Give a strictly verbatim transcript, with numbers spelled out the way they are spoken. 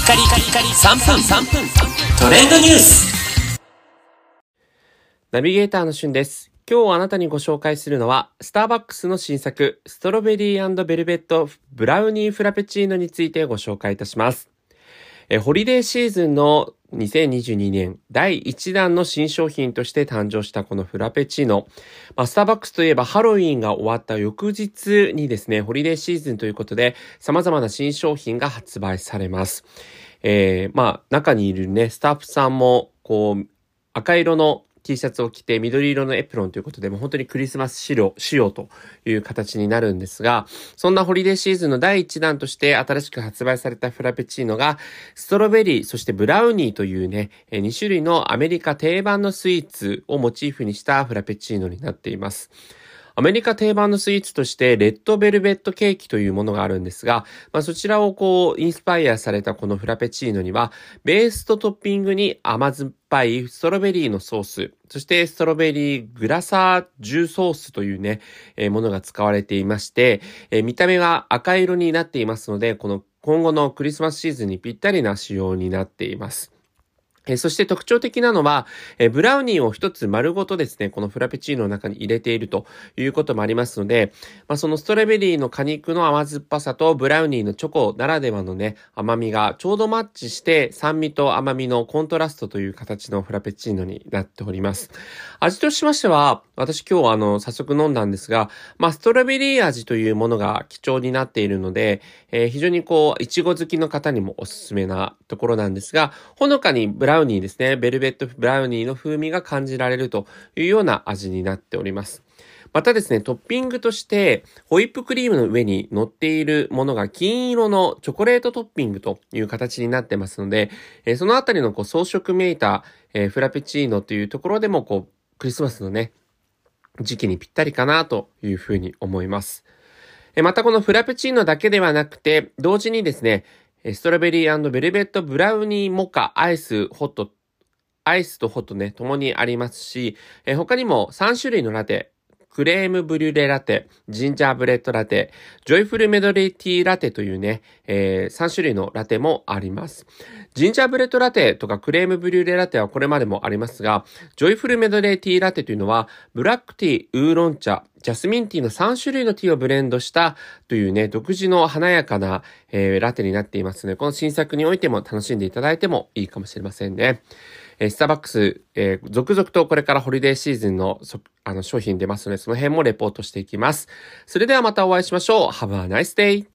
カリカリカリさんぷんさんぷんトレンドニュース。 ナビゲーターのしゅんです。今日あなたにご紹介するのはスターバックスの新作ストロベリー&ベルベットブラウニーフラペチーノについてご紹介いたします。えホリデーシーズンのにせんにじゅうにねんだいいちだんの新商品として誕生したこのフラペチーノ。まあ、スターバックスといえばハロウィーンが終わった翌日にですね、ホリデーシーズンということで様々な新商品が発売されます。えー、まあ中にいるね、スタッフさんもこう赤色のT シャツを着て緑色のエプロンということで、もう本当にクリスマス仕様、仕様という形になるんですが、そんなホリデーシーズンのだいいちだんとして新しく発売されたフラペチーノが、ストロベリー、そしてブラウニーというね、に種類のアメリカ定番のスイーツをモチーフにしたフラペチーノになっています。アメリカ定番のスイーツとしてレッドベルベットケーキというものがあるんですが、まあ、そちらをこうインスパイアされたこのフラペチーノにはベースとトッピングに甘酸っぱいストロベリーのソース、そしてストロベリーグラサージュソースというね、えー、ものが使われていまして、えー、見た目が赤色になっていますので、この今後のクリスマスシーズンにぴったりな仕様になっています。えそして特徴的なのは、えブラウニーを一つ丸ごとですね、このフラペチーノの中に入れているということもありますので、まあ、そのストロベリーの果肉の甘酸っぱさとブラウニーのチョコならではのね、甘みがちょうどマッチして酸味と甘みのコントラストという形のフラペチーノになっております。味としましては、私今日あの、早速飲んだんですが、まあ、ストロベリー味というものが貴重になっているので、えー、非常にこう、いちご好きの方にもおすすめなところなんですが、ほのかにブラウニーですね、ベルベットブラウニーの風味が感じられるというような味になっております。またですね、トッピングとして、ホイップクリームの上に乗っているものが金色のチョコレートトッピングという形になってますので、えー、そのあたりのこう装飾めいた、えー、フラペチーノというところでもこう、クリスマスのね、時期にぴったりかなというふうに思います。またこのフラペチーノだけではなくて、同時にですね、ストロベリー&ベルベットブラウニーモカアイスホット、アイスとホットね、共にありますし、他にもさん種類のラテ、クレームブリュレラテ、ジンジャーブレッドラテ、ジョイフルメドレーティーラテというね、えー、さん種類のラテもあります。ジンジャーブレッドラテとかクレームブリュレラテはこれまでもありますが、ジョイフルメドレーティーラテというのは、ブラックティー、ウーロン茶、ジャスミンティーのさん種類のティーをブレンドしたというね、独自の華やかな、えー、ラテになっていますので、この新作においても楽しんでいただいてもいいかもしれませんね。スターバックス、えー、続々とこれからホリデーシーズンのあの商品出ますので、その辺もレポートしていきます。それではまたお会いしましょう。Have a nice day!